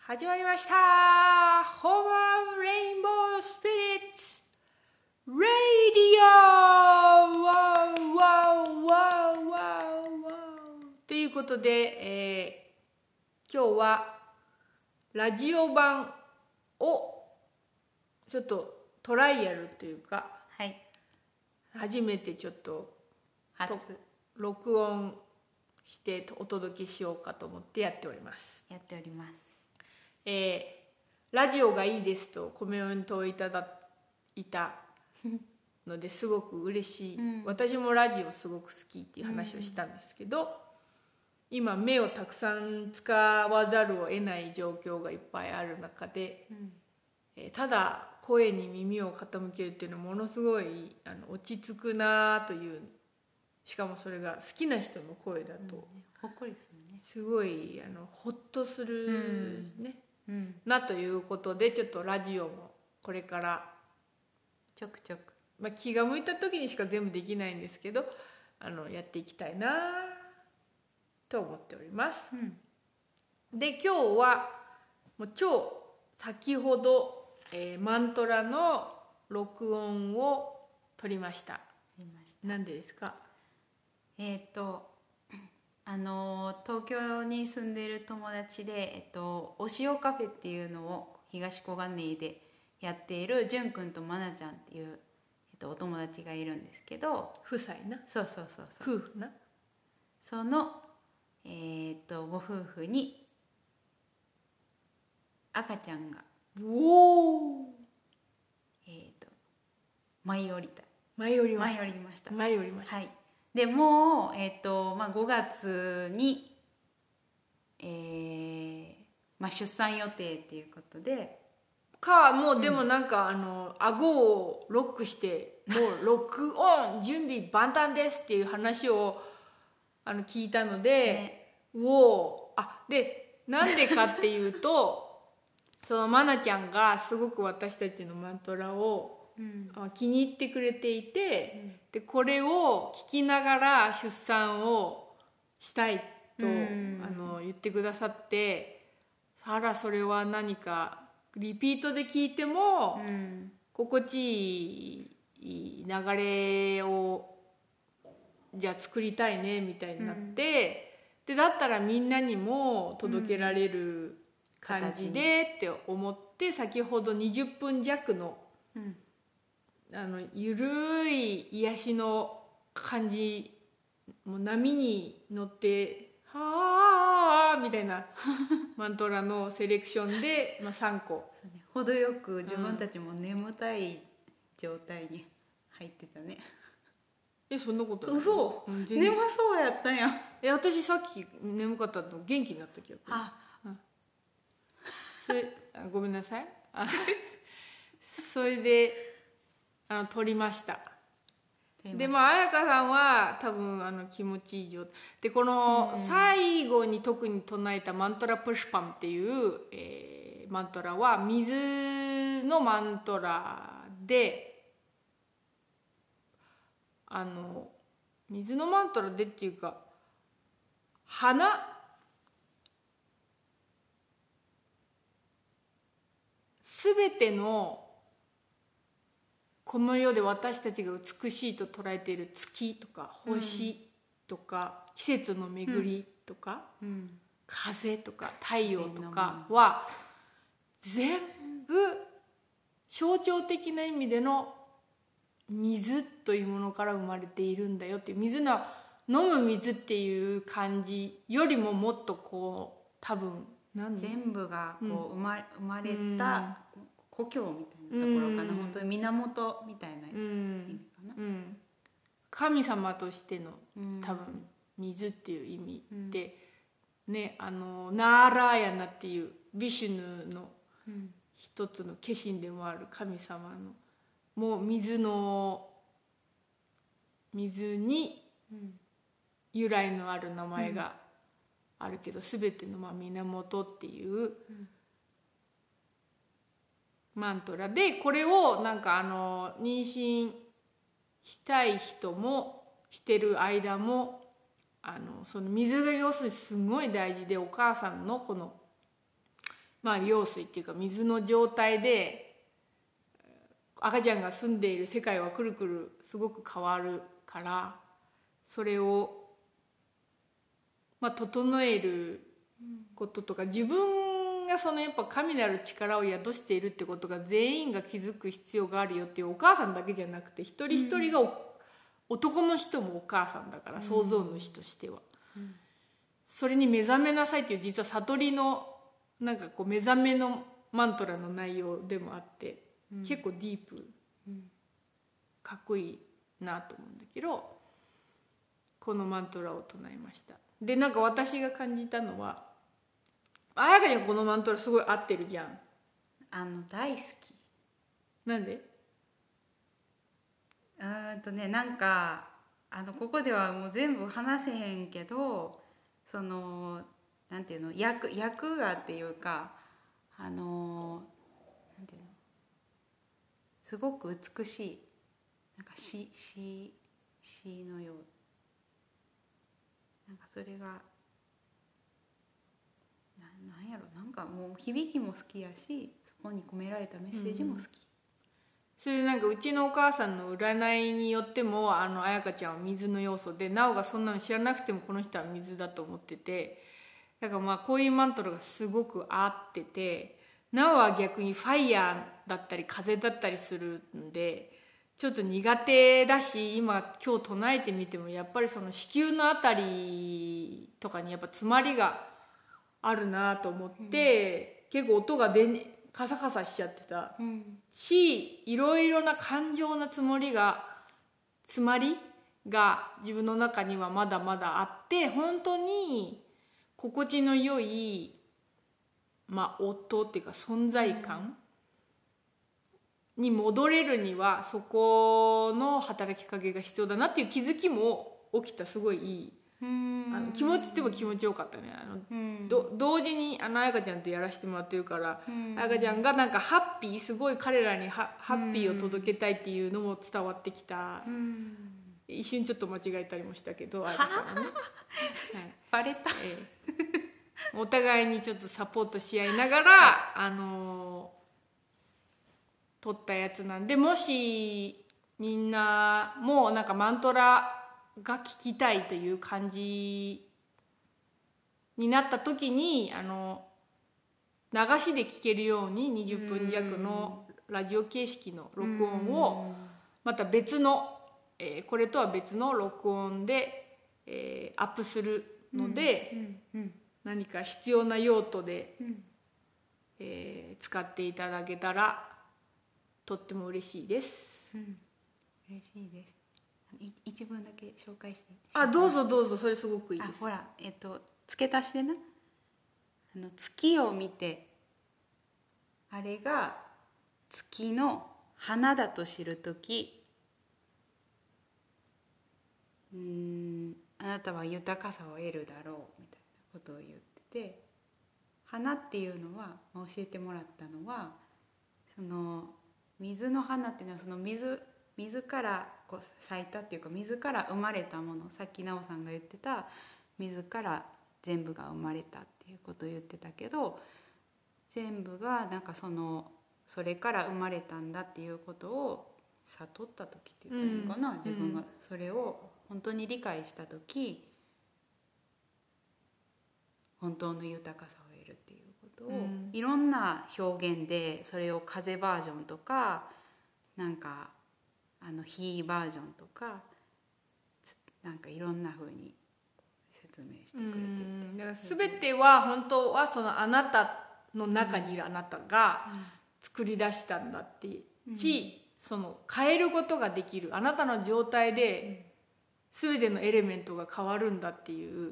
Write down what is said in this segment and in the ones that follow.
始まりました。ホームレインボースピリッツラディオワウワウワウワウワウということで、今日はラジオ版をちょっとトライアルというか、 はい、 初めてちょっと録音してお届けしようかと思ってやっております。ラジオがいいですとコメントをいただいたのですごく嬉しい、私もラジオすごく好きっていう話をしたんですけど、今目をたくさん使わざるを得ない状況がいっぱいある中で、ただ声に耳を傾けるっていうのはものすごい落ち着くなという、しかもそれが好きな人の声だと、 ほっこりするね。 すごいほっとするね、なということで、ちょっとラジオもこれからちょくちょく、 気が向いた時にしか全部できないんですけど、やっていきたいなと思っております。で、今日はもう超先ほど、マントラの録音を取りました。なんでですか？ 東京に住んでいる友達で、お塩カフェっていうのを東小金井でやっているじゅんくんとまなちゃんっていう、お友達がいるんですけど、 夫妻な。 そう夫婦な。 その、ご夫婦に赤ちゃんが舞い降りました。はい。でもう、5月に、出産予定っていうことでもうでもなんか、顎をロックしてもう録音準備万端ですっていう話を聞いたので、でなんでかっていうとそのマナちゃんがすごく私たちのマントラを気に入ってくれていて、でこれを聞きながら出産をしたいと、言ってくださって、あらそれは何かリピートで聞いても、心地いい流れをじゃあ作りたいねみたいになって、でだったらみんなにも届けられる感じでって思って、先ほど20分弱のゆるい癒しの感じ、もう波に乗ってはあみたいなマントラのセレクションで、3個程よく自分たちも眠たい状態に入ってたね。 そんなことない。 嘘、眠そうやったんや。 私さっき眠かったの元気になった記憶。それごめんなさいそれで撮りました。で彩香さんは多分気持ちいい状態で、この最後に特に唱えたマントラプシュパンっていう、マントラは水のマントラで、水のマントラでっていうか、すべてのこの世で私たちが美しいと捉えている月とか星とか、季節の巡りとか、風とか太陽とかは全部象徴的な意味での水というものから生まれているんだよっていう、水の飲む水っていう感じよりももっとこう多分全部がこう生まれた故郷みたいなところかな、本当に源みたいな意味かな、 神様としての多分水っていう意味で、ね、ナーラーヤナっていうビシュヌの一つの化身でもある神様のもう水に由来のある名前があるけど、全ての源っていうマントラで、これをなんか妊娠したい人もしてる間もその水が要するにすごい大事で、お母さんのこのまあ用水っていうか水の状態で赤ちゃんが住んでいる世界はくるくるすごく変わるから、それをまあ整えることとか、自分がそのやっぱ神なる力を宿しているってことが全員が気づく必要があるよっていう、お母さんだけじゃなくて一人一人が男の人もお母さんだから、創造主としては、それに目覚めなさいっていう、実は悟りのなんかこう目覚めのマントラの内容でもあって、結構ディープ、かっこいいなと思うんだけど、このマントラを唱えました。でなんか私が感じたのは、彩香にはこのマントラすごい合ってるじゃん。 大好き。 なんで？ なんかここではもう全部話せへんけど、そのなんていうの、役がっていうか、なんていうの、すごく美しい、なんか詩のよう、なんかそれがなんやろ、なんかもう響きも好きやし、そこに込められたメッセージも好き。 それでなんかうちのお母さんの占いによっても彩香ちゃんは水の要素で、なおがそんなの知らなくてもこの人は水だと思ってて、だからまあこういうマントラがすごく合ってて、なおは逆にファイヤーだったり風だったりするんでちょっと苦手だし、今日唱えてみてもやっぱりその子宮のあたりとかにやっぱ詰まりがあるなと思って、結構音がカサカサしちゃってた、し、いろいろな感情の詰まりが自分の中にはまだまだあって、本当に心地の良い、まあ、音っていうか存在感に戻れるにはそこの働きかけが必要だなっていう気づきも起きた。すごいいい気持ちっても気持ちよかったね。同時に彩香ちゃんとやらせてもらってるから、彩香ちゃんがなんかハッピー、すごい彼らにハッピーを届けたいっていうのも伝わってきた。一瞬ちょっと間違えたりもしたけど、彩香さんはね、 バレた、 お互いにちょっとサポートし合いながら、撮ったやつなんで、もしみんなもなんかマントラが聞きたいという感じになった時に、流しで聞けるように20分弱のラジオ形式の録音をまた別の、これとは別の録音で、アップするので、何か必要な用途で、使っていただけたらとっても嬉しいです。 嬉しいです。一文だけ紹介して。 どうぞどうぞ、それすごくいいです。 ほら、付け足してな、月を見て、あれが月の花だと知るとき、あなたは豊かさを得るだろうみたいなことを言ってて、花っていうのは、教えてもらったのは、その水の花っていうのはその水からこう咲いたっていうか、水から生まれたもの、さっき奈緒さんが言ってた水から全部が生まれたっていうことを言ってたけど、全部がなんかそれから生まれたんだっていうことを悟った時って言ったらいいのかな、自分がそれを本当に理解した時、本当の豊かさを得るっていうことを、いろんな表現でそれを風バージョンとか、なんか火バージョンとか、なんかいろんな風に説明してくれてて、 だから全ては本当はそのあなたの中にいるあなたが作り出したんだってその変えることができる、あなたの状態で全てのエレメントが変わるんだっていう、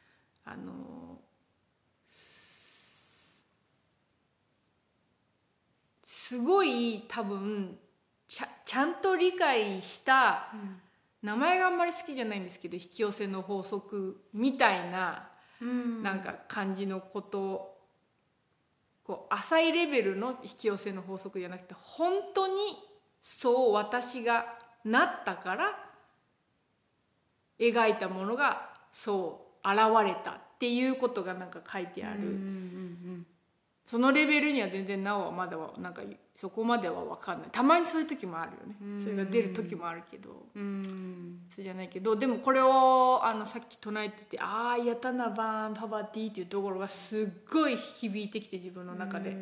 すごい多分ちゃんと理解した、名前があんまり好きじゃないんですけど、引き寄せの法則みたいな、なんか感じのこと、こう浅いレベルの引き寄せの法則じゃなくて、本当にそう私がなったから描いたものがそう現れたっていうことがなんか書いてある。 そのレベルには全然なおはまだはなんかそこまでは分かんない。たまにそういう時もあるよね。それが出る時もあるけど、そうじゃないけど、でもこれをさっき唱えてて、ああやたなバーンパパティっていうところがすっごい響いてきて、自分の中で、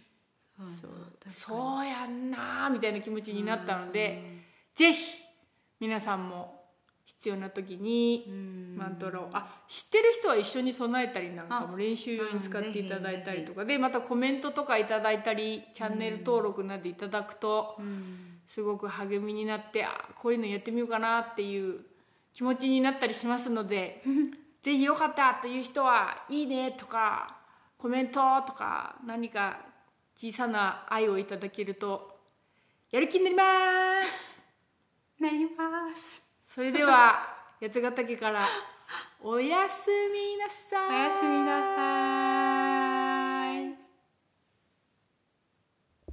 そうやんなーみたいな気持ちになったので、ぜひ皆さんも必要な時にマントラを知ってる人は一緒に唱えたりなんかも練習用に使っていただいたりとかで、またコメントとかいただいたりチャンネル登録などいただくとすごく励みになって、こういうのやってみようかなっていう気持ちになったりしますのでぜひよかったという人はいいねとかコメントとか何か小さな愛をいただけるとやる気になりますなります。 それでは八ヶ岳からおやすみなさい。 おやすみなさい。